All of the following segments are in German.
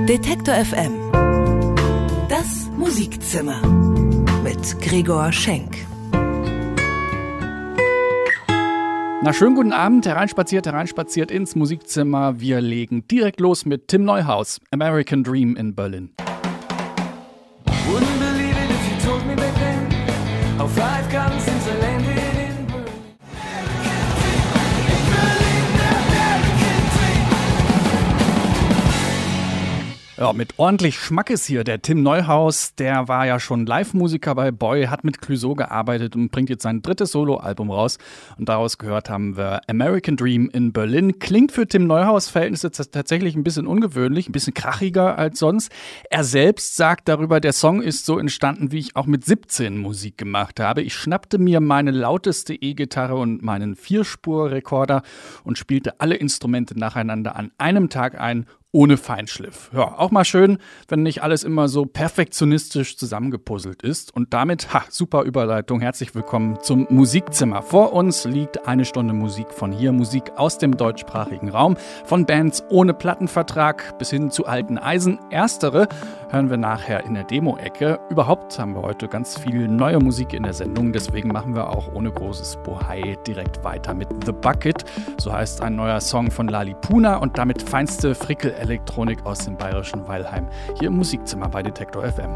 Detektor FM. Das Musikzimmer mit Gregor Schenk. Na, schönen guten Abend, hereinspaziert ins Musikzimmer. Wir legen direkt los mit Tim Neuhaus, American Dream in Berlin. Wouldn't believe it if you told me back then how far I've come since I landed in Berlin. Ja, mit ordentlich Schmackes hier. Der Tim Neuhaus, der war ja schon Live-Musiker bei Boy, hat mit Clouseau gearbeitet und bringt jetzt sein drittes Soloalbum raus. Und daraus gehört haben wir American Dream in Berlin. Klingt für Tim Neuhaus Verhältnisse tatsächlich ein bisschen ungewöhnlich, ein bisschen krachiger als sonst. Er selbst sagt darüber, der Song ist so entstanden, wie ich auch mit 17 Musik gemacht habe. Ich schnappte mir meine lauteste E-Gitarre und meinen 4-Spur-Rekorder und spielte alle Instrumente nacheinander an einem Tag ein, ohne Feinschliff. Ja, auch mal schön, wenn nicht alles immer so perfektionistisch zusammengepuzzelt ist. Und damit, super Überleitung, herzlich willkommen zum Musikzimmer. Vor uns liegt eine Stunde Musik von hier, Musik aus dem deutschsprachigen Raum, von Bands ohne Plattenvertrag bis hin zu alten Eisen. Erstere hören wir nachher in der Demo-Ecke. Überhaupt haben wir heute ganz viel neue Musik in der Sendung, deswegen machen wir auch ohne großes Bohai direkt weiter mit The Bucket. So heißt ein neuer Song von Lalipuna und damit feinste Frickel-Elektronik aus dem bayerischen Weilheim. Hier im Musikzimmer bei Detektor FM.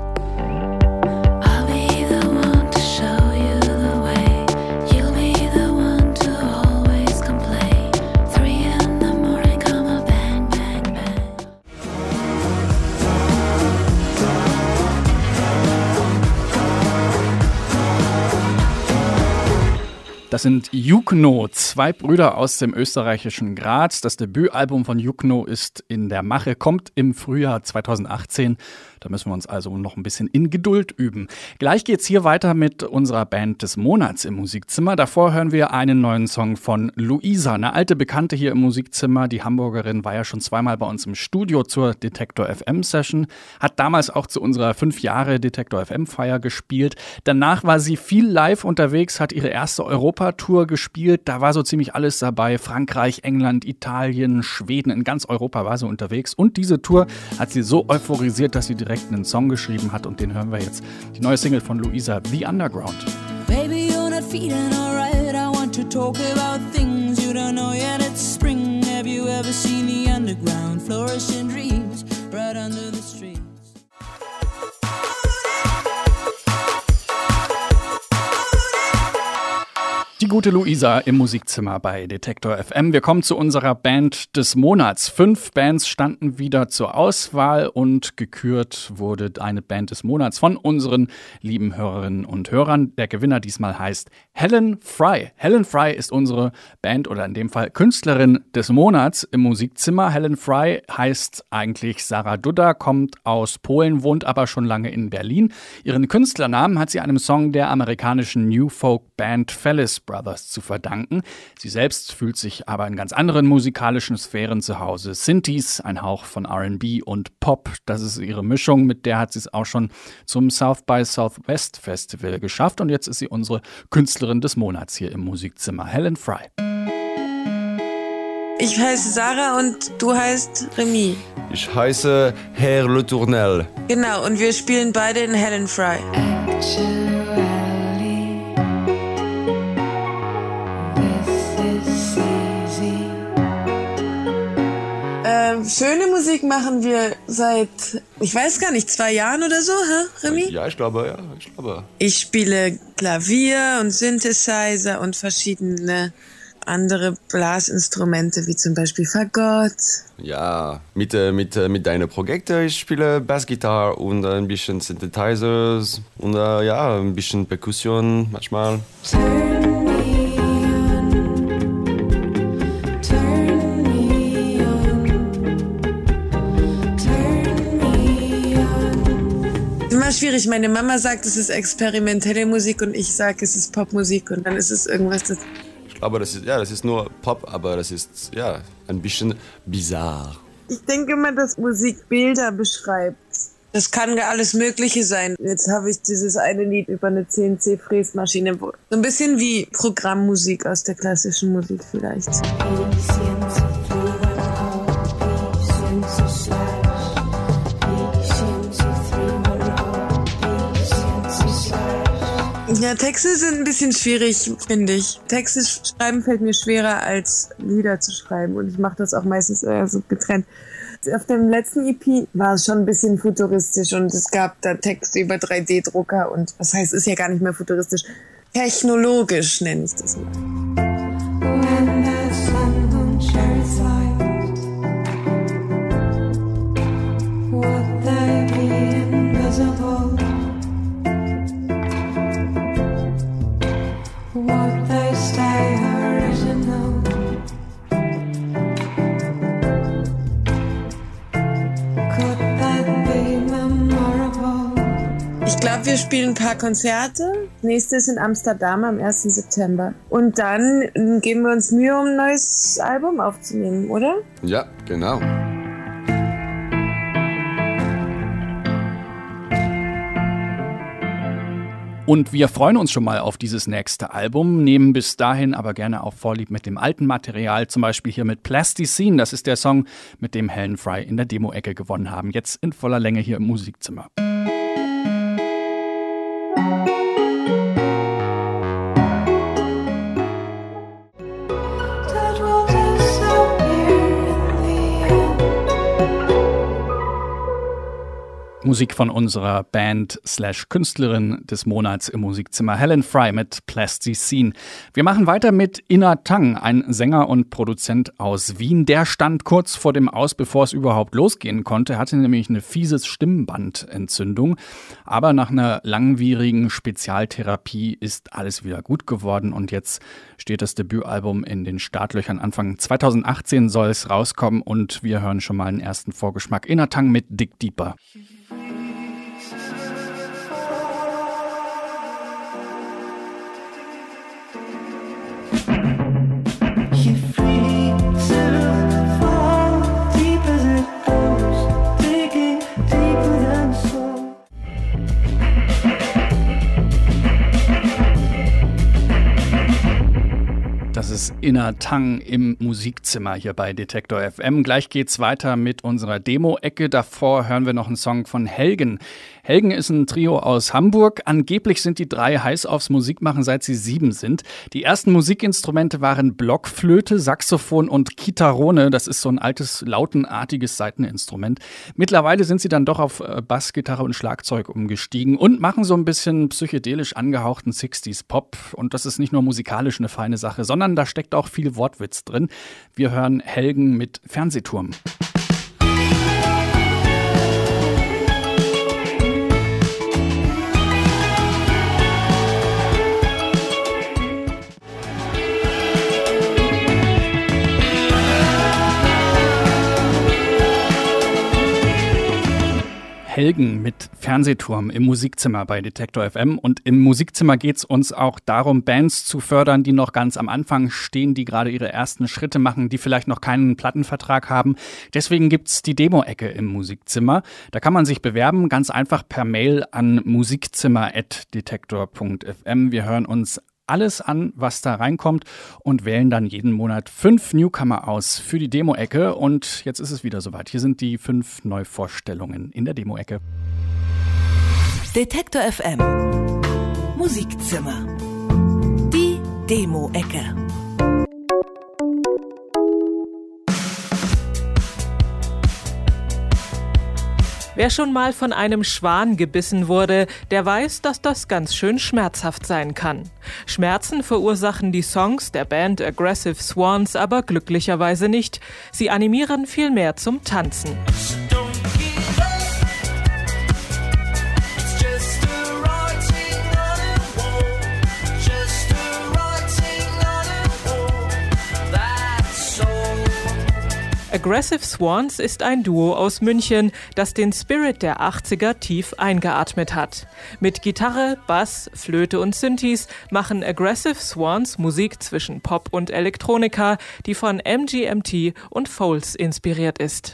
Das sind Jukno, zwei Brüder aus dem österreichischen Graz. Das Debütalbum von Jukno ist in der Mache, kommt im Frühjahr 2018. Da müssen wir uns also noch ein bisschen in Geduld üben. Gleich geht's hier weiter mit unserer Band des Monats im Musikzimmer. Davor hören wir einen neuen Song von Luisa, eine alte Bekannte hier im Musikzimmer. Die Hamburgerin war ja schon zweimal bei uns im Studio zur Detektor FM Session, hat damals auch zu unserer 5 Jahre Detektor FM Feier gespielt. Danach war sie viel live unterwegs, hat ihre erste Europatour gespielt. Da war so ziemlich alles dabei. Frankreich, England, Italien, Schweden, in ganz Europa war sie unterwegs. Und diese Tour hat sie so euphorisiert, dass sie direkt einen Song geschrieben hat und den hören wir jetzt. Die neue Single von Luisa, The Underground. Baby, you're not feeling alright. I want to talk about things you don't know yet. It's spring. Have you ever seen the underground flourish in dreams right under the streets? Die gute Luisa im Musikzimmer bei Detektor FM. Wir kommen zu unserer Band des Monats. 5 Bands standen wieder zur Auswahl und gekürt wurde eine Band des Monats von unseren lieben Hörerinnen und Hörern. Der Gewinner diesmal heißt Helen Fry. Helen Fry ist unsere Band oder in dem Fall Künstlerin des Monats im Musikzimmer. Helen Fry heißt eigentlich Sarah Dudda, kommt aus Polen, wohnt aber schon lange in Berlin. Ihren Künstlernamen hat sie einem Song der amerikanischen New Folk Band Fellis Brothers zu verdanken. Sie selbst fühlt sich aber in ganz anderen musikalischen Sphären zu Hause. Synthes, ein Hauch von R&B und Pop, das ist ihre Mischung, mit der hat sie es auch schon zum South by Southwest Festival geschafft und jetzt ist sie unsere Künstlerin des Monats hier im Musikzimmer. Helen Fry. Ich heiße Sarah und du heißt Remy. Ich heiße Herr Le Tournel. Genau, und wir spielen beide in Helen Fry. Schöne Musik machen wir seit, ich weiß gar nicht, 2 Jahren oder so, Remy? Ja, ich glaube. Ich spiele Klavier und Synthesizer und verschiedene andere Blasinstrumente, wie zum Beispiel Fagott. Ja, mit deinen Projekten, ich spiele Bassgitarre und ein bisschen Synthesizers und ein bisschen Perkussion manchmal. Schwierig. Meine Mama sagt, es ist experimentelle Musik und ich sage, es ist Popmusik und dann ist es irgendwas. Ich glaube, das ist nur Pop, aber das ist ein bisschen bizarr. Ich denke immer, dass Musik Bilder beschreibt. Das kann alles Mögliche sein. Jetzt habe ich dieses eine Lied über eine CNC-Fräsmaschine. So ein bisschen wie Programmmusik aus der klassischen Musik vielleicht. Ja, Texte sind ein bisschen schwierig, finde ich. Texte schreiben fällt mir schwerer als Lieder zu schreiben und ich mache das auch meistens so getrennt. Auf dem letzten EP war es schon ein bisschen futuristisch und es gab da Texte über 3D-Drucker und das heißt, ist ja gar nicht mehr futuristisch. Technologisch nenne ich das mal. When the sun shines light, would they be invisible? Would they stay original? Could that be memorable? Ich glaube, wir spielen ein paar Konzerte. Nächstes in Amsterdam am 1. September. Und dann geben wir uns Mühe, um ein neues Album aufzunehmen, oder? Ja, genau. Und wir freuen uns schon mal auf dieses nächste Album, nehmen bis dahin aber gerne auch Vorlieb mit dem alten Material, zum Beispiel hier mit Plasticine. Das ist der Song, mit dem Helen Fry in der Demo-Ecke gewonnen haben. Jetzt in voller Länge hier im Musikzimmer. That will disappear in the end. Musik von unserer Band/Künstlerin des Monats im Musikzimmer, Helen Fry mit Plasticine. Wir machen weiter mit Inna Tang, ein Sänger und Produzent aus Wien. Der stand kurz vor dem Aus, bevor es überhaupt losgehen konnte. Er hatte nämlich eine fiese Stimmbandentzündung. Aber nach einer langwierigen Spezialtherapie ist alles wieder gut geworden. Und jetzt steht das Debütalbum in den Startlöchern. Anfang 2018 soll es rauskommen. Und wir hören schon mal einen ersten Vorgeschmack. Inna Tang mit Dig Deeper. You free to fall deep as it goes, digging deeper than soul. Das ist Inna Tang im Musikzimmer hier bei Detektor FM. Gleich geht's weiter mit unserer Demo-Ecke. Davor hören wir noch einen Song von Helgen. Helgen ist ein Trio aus Hamburg. Angeblich sind die drei heiß aufs Musikmachen, seit sie 7 sind. Die ersten Musikinstrumente waren Blockflöte, Saxophon und Chitarrone. Das ist so ein altes, lautenartiges Saiteninstrument. Mittlerweile sind sie dann doch auf Bassgitarre und Schlagzeug umgestiegen und machen so ein bisschen psychedelisch angehauchten 60s-Pop. Und das ist nicht nur musikalisch eine feine Sache, sondern da steckt auch viel Wortwitz drin. Wir hören Helgen mit Fernsehturm. Helgen mit Fernsehturm im Musikzimmer bei Detektor FM. Und im Musikzimmer geht es uns auch darum, Bands zu fördern, die noch ganz am Anfang stehen, die gerade ihre ersten Schritte machen, die vielleicht noch keinen Plattenvertrag haben. Deswegen gibt es die Demo-Ecke im Musikzimmer. Da kann man sich bewerben, ganz einfach per Mail an musikzimmer@detektor.fm. Wir hören uns alles an, was da reinkommt und wählen dann jeden Monat 5 Newcomer aus für die Demo-Ecke. Und jetzt ist es wieder soweit. Hier sind die 5 Neuvorstellungen in der Demo-Ecke. Detektor FM Musikzimmer. Die Demo-Ecke. Wer schon mal von einem Schwan gebissen wurde, der weiß, dass das ganz schön schmerzhaft sein kann. Schmerzen verursachen die Songs der Band Aggressive Swans aber glücklicherweise nicht. Sie animieren vielmehr zum Tanzen. Aggressive Swans ist ein Duo aus München, das den Spirit der 80er tief eingeatmet hat. Mit Gitarre, Bass, Flöte und Synthes machen Aggressive Swans Musik zwischen Pop und Elektronika, die von MGMT und Foals inspiriert ist.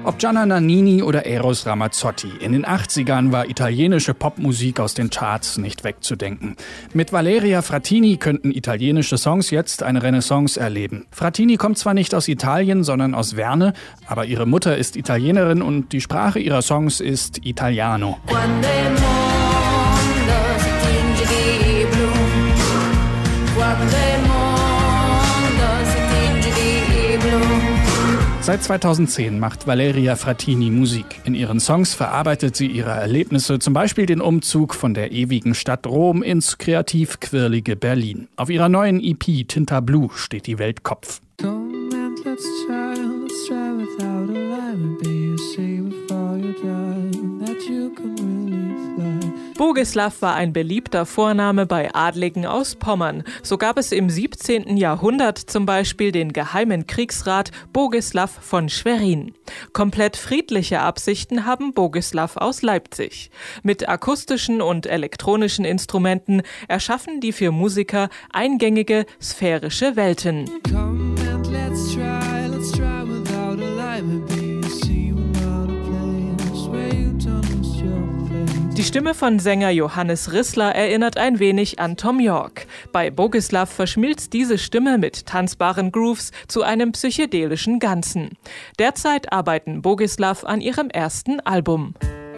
Ob Gianna Nannini oder Eros Ramazzotti, in den 80ern war italienische Popmusik aus den Charts nicht wegzudenken. Mit Valeria Frattini könnten italienische Songs jetzt eine Renaissance erleben. Frattini kommt zwar nicht aus Italien, sondern aus Verne, aber ihre Mutter ist Italienerin und die Sprache ihrer Songs ist Italiano. Seit 2010 macht Valeria Frattini Musik. In ihren Songs verarbeitet sie ihre Erlebnisse, zum Beispiel den Umzug von der ewigen Stadt Rom ins kreativ-quirlige Berlin. Auf ihrer neuen EP Tinta Blu steht die Welt Kopf. Bogislav war ein beliebter Vorname bei Adligen aus Pommern. So gab es im 17. Jahrhundert zum Beispiel den geheimen Kriegsrat Bogislav von Schwerin. Komplett friedliche Absichten haben Bogislav aus Leipzig. Mit akustischen und elektronischen Instrumenten erschaffen die vier Musiker eingängige, sphärische Welten. Die Stimme von Sänger Johannes Rissler erinnert ein wenig an Tom York. Bei Bogislav verschmilzt diese Stimme mit tanzbaren Grooves zu einem psychedelischen Ganzen. Derzeit arbeiten Bogislav an ihrem ersten Album.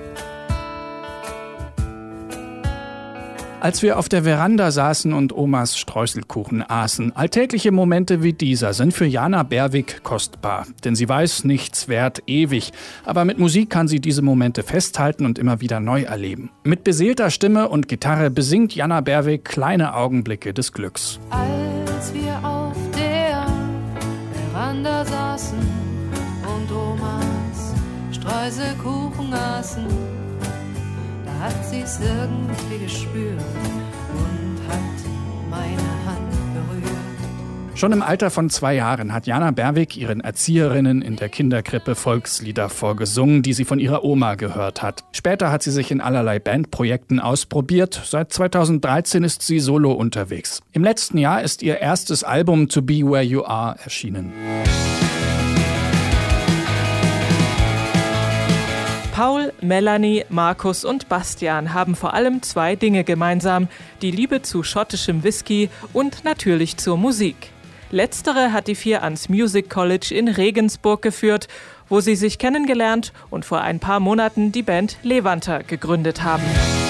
Als wir auf der Veranda saßen und Omas Streuselkuchen aßen, alltägliche Momente wie dieser sind für Jana Berwick kostbar. Denn sie weiß, nichts währt ewig. Aber mit Musik kann sie diese Momente festhalten und immer wieder neu erleben. Mit beseelter Stimme und Gitarre besingt Jana Berwick kleine Augenblicke des Glücks. Als wir auf der Veranda saßen und Omas Streuselkuchen aßen, hat sie's irgendwie gespürt und hat meine Hand berührt. Schon im Alter von 2 Jahren hat Jana Berwick ihren Erzieherinnen in der Kinderkrippe Volkslieder vorgesungen, die sie von ihrer Oma gehört hat. Später hat sie sich in allerlei Bandprojekten ausprobiert. Seit 2013 ist sie solo unterwegs. Im letzten Jahr ist ihr erstes Album To Be Where You Are erschienen. Paul, Melanie, Markus und Bastian haben vor allem 2 Dinge gemeinsam: die Liebe zu schottischem Whisky und natürlich zur Musik. Letztere hat die 4 ans Music College in Regensburg geführt, wo sie sich kennengelernt und vor ein paar Monaten die Band Levanter gegründet haben.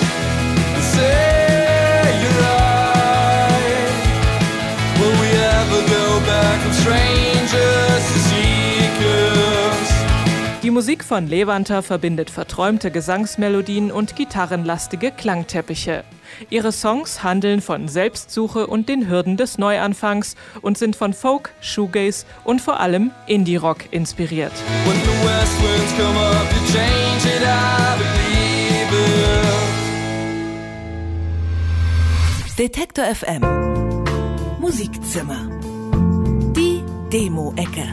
Die Musik von Levanter verbindet verträumte Gesangsmelodien und gitarrenlastige Klangteppiche. Ihre Songs handeln von Selbstsuche und den Hürden des Neuanfangs und sind von Folk, Shoegaze und vor allem Indie-Rock inspiriert. Detektor FM Musikzimmer. Die Demo-Ecke.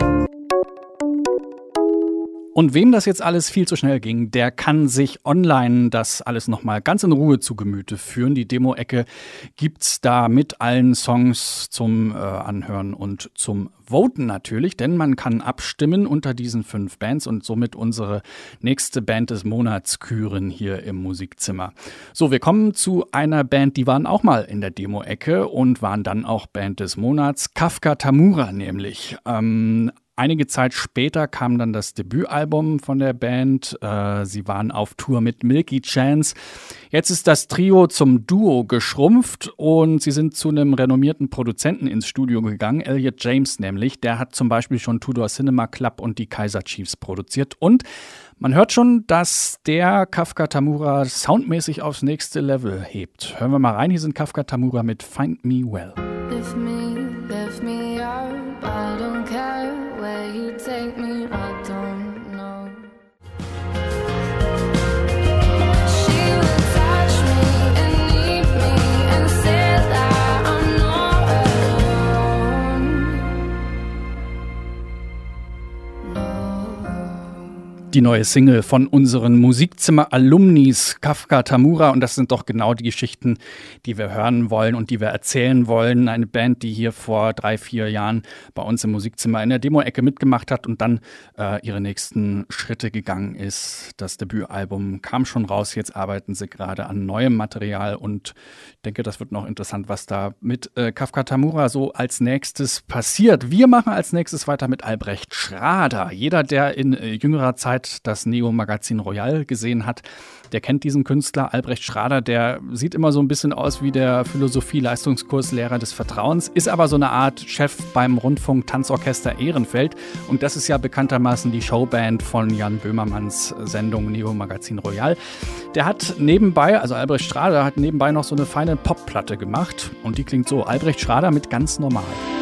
Und wem das jetzt alles viel zu schnell ging, der kann sich online das alles nochmal ganz in Ruhe zu Gemüte führen. Die Demo-Ecke gibt's da mit allen Songs zum Anhören und zum Voten natürlich, denn man kann abstimmen unter diesen 5 Bands und somit unsere nächste Band des Monats küren hier im Musikzimmer. So, wir kommen zu einer Band, die waren auch mal in der Demo-Ecke und waren dann auch Band des Monats, Kafka Tamura nämlich. Einige Zeit später kam dann das Debütalbum von der Band. Sie waren auf Tour mit Milky Chance. Jetzt ist das Trio zum Duo geschrumpft und sie sind zu einem renommierten Produzenten ins Studio gegangen, Elliot James nämlich. Der hat zum Beispiel schon Tudor Cinema Club und die Kaiser Chiefs produziert. Und man hört schon, dass der Kafka Tamura soundmäßig aufs nächste Level hebt. Hören wir mal rein, hier sind Kafka Tamura mit Find Me Well. Lift me up, I don't care where you take me, I don't know. She will touch me and need me and say that I'm not alone. No. Die neue Single von unseren Musikzimmer-Alumnis Kafka Tamura, und das sind doch genau die Geschichten, die wir hören wollen und die wir erzählen wollen. Eine Band, die hier vor 3-4 Jahren bei uns im Musikzimmer in der Demo-Ecke mitgemacht hat und dann ihre nächsten Schritte gegangen ist. Das Debütalbum kam schon raus, jetzt arbeiten sie gerade an neuem Material und ich denke, das wird noch interessant, was da mit Kafka Tamura so als nächstes passiert. Wir machen als nächstes weiter mit Albrecht Schrader. Jeder, der in jüngerer Zeit das Neo-Magazin Royal gesehen hat, der kennt diesen Künstler. Albrecht Schrader, der sieht immer so ein bisschen aus wie der Philosophie-Leistungskurslehrer des Vertrauens, ist aber so eine Art Chef beim Rundfunk-Tanzorchester Ehrenfeld. Und das ist ja bekanntermaßen die Showband von Jan Böhmermanns Sendung Neo-Magazin Royal. Der hat nebenbei, also Albrecht Schrader hat nebenbei noch so eine feine Popplatte gemacht. Und die klingt so: Albrecht Schrader mit Ganz normal.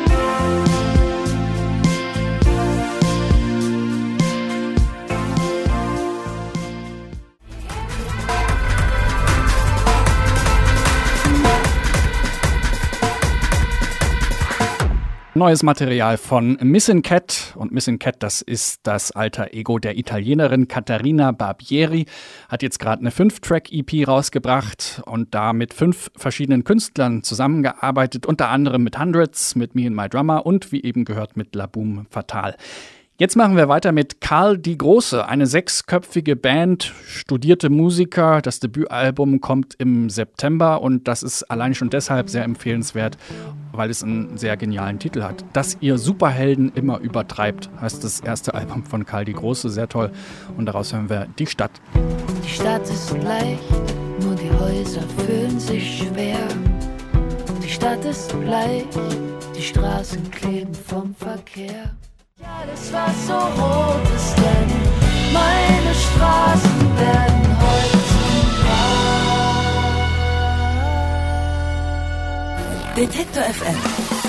Neues Material von Missing Cat. Und Missing Cat, das ist das alter Ego der Italienerin Caterina Barbieri, hat jetzt gerade eine 5-Track-EP rausgebracht und da mit 5 verschiedenen Künstlern zusammengearbeitet, unter anderem mit Hundreds, mit Me and My Drummer und wie eben gehört mit La Boom Fatal. Jetzt machen wir weiter mit Karl die Große, eine 6-köpfige Band, studierte Musiker. Das Debütalbum kommt im September und das ist allein schon deshalb sehr empfehlenswert, weil es einen sehr genialen Titel hat. Dass ihr Superhelden immer übertreibt, heißt das erste Album von Karl die Große, sehr toll. Und daraus hören wir Die Stadt. Die Stadt ist leicht, nur die Häuser fühlen sich schwer. Die Stadt ist leicht, die Straßen kleben vom Verkehr. Alles, was so rot ist, denn meine Straßen werden heute zum Gras. Detektor FM.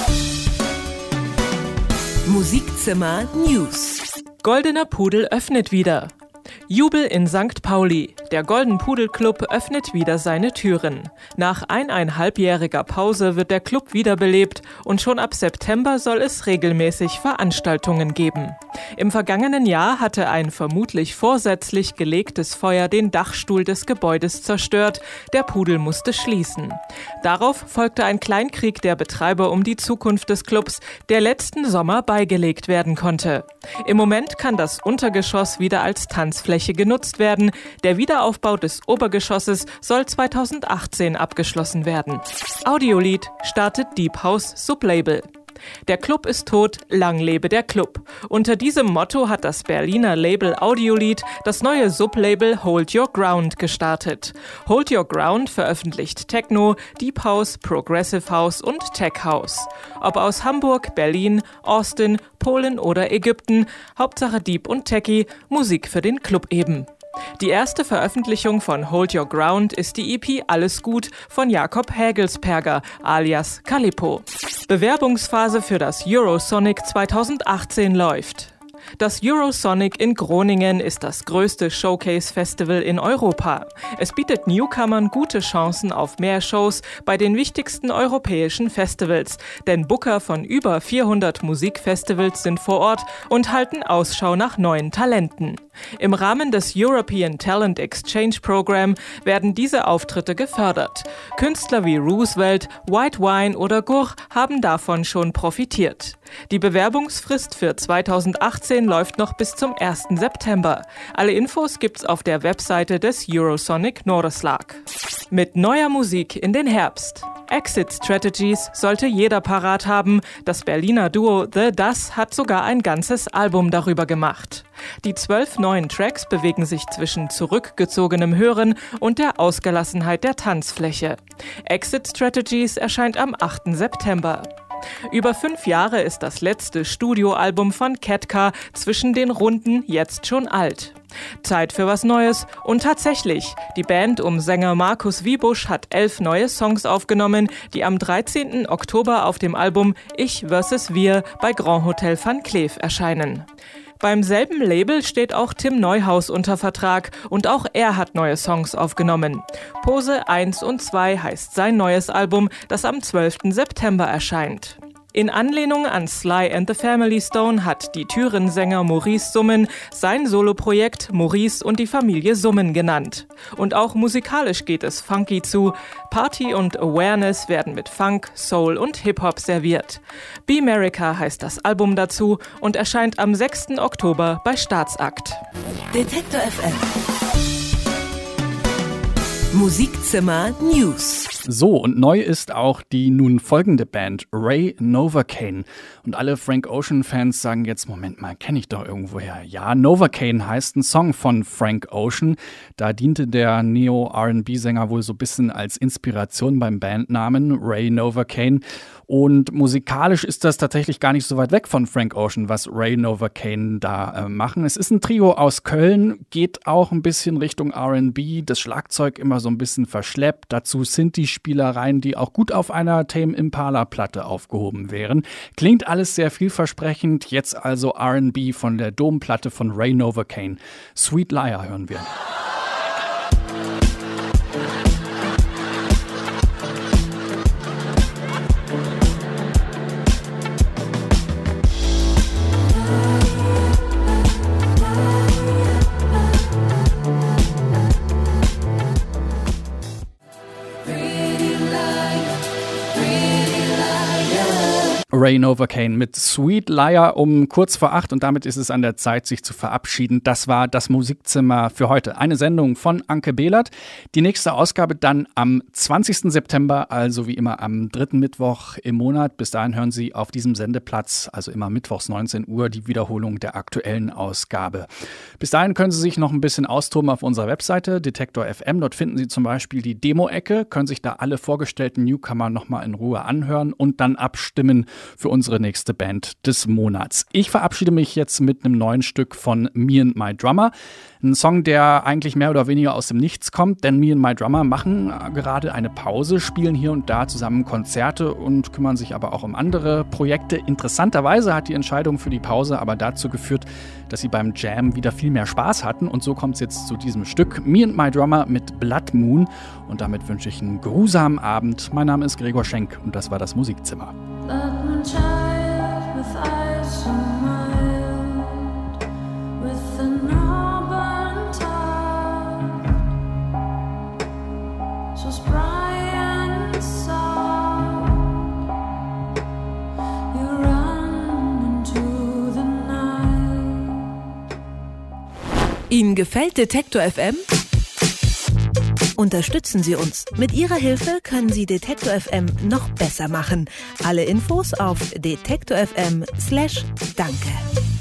Musikzimmer News. Goldener Pudel öffnet wieder. Jubel in St. Pauli. Der Golden Pudel Club öffnet wieder seine Türen. Nach 1,5-jähriger Pause wird der Club wiederbelebt und schon ab September soll es regelmäßig Veranstaltungen geben. Im vergangenen Jahr hatte ein vermutlich vorsätzlich gelegtes Feuer den Dachstuhl des Gebäudes zerstört. Der Pudel musste schließen. Darauf folgte ein Kleinkrieg der Betreiber um die Zukunft des Clubs, der letzten Sommer beigelegt werden konnte. Im Moment kann das Untergeschoss wieder als Tanzfläche genutzt werden. Der Wiederaufbau des Obergeschosses soll 2018 abgeschlossen werden. Audiolied startet Deep House Sublabel. Der Club ist tot, lang lebe der Club. Unter diesem Motto hat das Berliner Label Audiolied das neue Sublabel Hold Your Ground gestartet. Hold Your Ground veröffentlicht Techno, Deep House, Progressive House und Tech House. Ob aus Hamburg, Berlin, Austin, Polen oder Ägypten, Hauptsache Deep und Techie, Musik für den Club eben. Die erste Veröffentlichung von Hold Your Ground ist die EP Alles Gut von Jakob Hägelsperger alias Calippo. Bewerbungsphase für das Eurosonic 2018 läuft. Das Eurosonic in Groningen ist das größte Showcase-Festival in Europa. Es bietet Newcomern gute Chancen auf mehr Shows bei den wichtigsten europäischen Festivals, denn Booker von über 400 Musikfestivals sind vor Ort und halten Ausschau nach neuen Talenten. Im Rahmen des European Talent Exchange Program werden diese Auftritte gefördert. Künstler wie Roosevelt, White Wine oder Gur haben davon schon profitiert. Die Bewerbungsfrist für 2018 läuft noch bis zum 1. September. Alle Infos gibt's auf der Webseite des Eurosonic Norderslag. Mit neuer Musik in den Herbst. Exit Strategies sollte jeder parat haben. Das Berliner Duo The Das hat sogar ein ganzes Album darüber gemacht. Die 12 neuen Tracks bewegen sich zwischen zurückgezogenem Hören und der Ausgelassenheit der Tanzfläche. Exit Strategies erscheint am 8. September. Über 5 Jahre ist das letzte Studioalbum von Ketka zwischen den Runden jetzt schon alt. Zeit für was Neues und tatsächlich, die Band um Sänger Markus Wiebusch hat 11 neue Songs aufgenommen, die am 13. Oktober auf dem Album Ich vs. Wir bei Grand Hotel Van Cleef erscheinen. Beim selben Label steht auch Tim Neuhaus unter Vertrag und auch er hat neue Songs aufgenommen. Pose 1 und 2 heißt sein neues Album, das am 12. September erscheint. In Anlehnung an Sly and the Family Stone hat die Türen-Sänger Maurice Summen sein Soloprojekt Maurice und die Familie Summen genannt. Und auch musikalisch geht es funky zu. Party und Awareness werden mit Funk, Soul und Hip-Hop serviert. Be America heißt das Album dazu und erscheint am 6. Oktober bei Staatsakt. Detektor FM. Musikzimmer News. So, und neu ist auch die nun folgende Band, Ray Novocaine. Und alle Frank Ocean-Fans sagen jetzt, Moment mal, kenne ich doch irgendwoher. Ja, Novocaine heißt ein Song von Frank Ocean. Da diente der Neo-R&B-Sänger wohl so ein bisschen als Inspiration beim Bandnamen Ray Novocaine. Und musikalisch ist das tatsächlich gar nicht so weit weg von Frank Ocean, was Ray Novocaine da machen. Es ist ein Trio aus Köln, geht auch ein bisschen Richtung R&B, das Schlagzeug immer so ein bisschen verschleppt. Dazu sind die Spielereien, die auch gut auf einer Tame Impala-Platte aufgehoben wären. Klingt alles sehr vielversprechend. Jetzt also R&B von der Domplatte von Ray Novocaine. Sweet Liar hören wir. Ray Novocaine mit Sweet Liar um kurz vor 8 und damit ist es an der Zeit, sich zu verabschieden. Das war das Musikzimmer für heute. Eine Sendung von Anke Behlert. Die nächste Ausgabe dann am 20. September, also wie immer am 3. Mittwoch im Monat. Bis dahin hören Sie auf diesem Sendeplatz, also immer mittwochs 19 Uhr, die Wiederholung der aktuellen Ausgabe. Bis dahin können Sie sich noch ein bisschen austoben auf unserer Webseite Detektor FM. Dort finden Sie zum Beispiel die Demo-Ecke, können sich da alle vorgestellten Newcomer nochmal in Ruhe anhören und dann abstimmen für unsere nächste Band des Monats. Ich verabschiede mich jetzt mit einem neuen Stück von Me and My Drummer. Ein Song, der eigentlich mehr oder weniger aus dem Nichts kommt, denn Me and My Drummer machen gerade eine Pause, spielen hier und da zusammen Konzerte und kümmern sich aber auch um andere Projekte. Interessanterweise hat die Entscheidung für die Pause aber dazu geführt, dass sie beim Jam wieder viel mehr Spaß hatten und so kommt es jetzt zu diesem Stück Me and My Drummer mit Blood Moon und damit wünsche ich einen geruhsamen Abend. Mein Name ist Gregor Schenk und das war das Musikzimmer. Child with eyes so mild, with an auburn top, so spry and soft, you run into the night. Ihnen gefällt Detektor FM? Unterstützen Sie uns. Mit Ihrer Hilfe können Sie Detektor FM noch besser machen. Alle Infos auf detektor.fm/danke.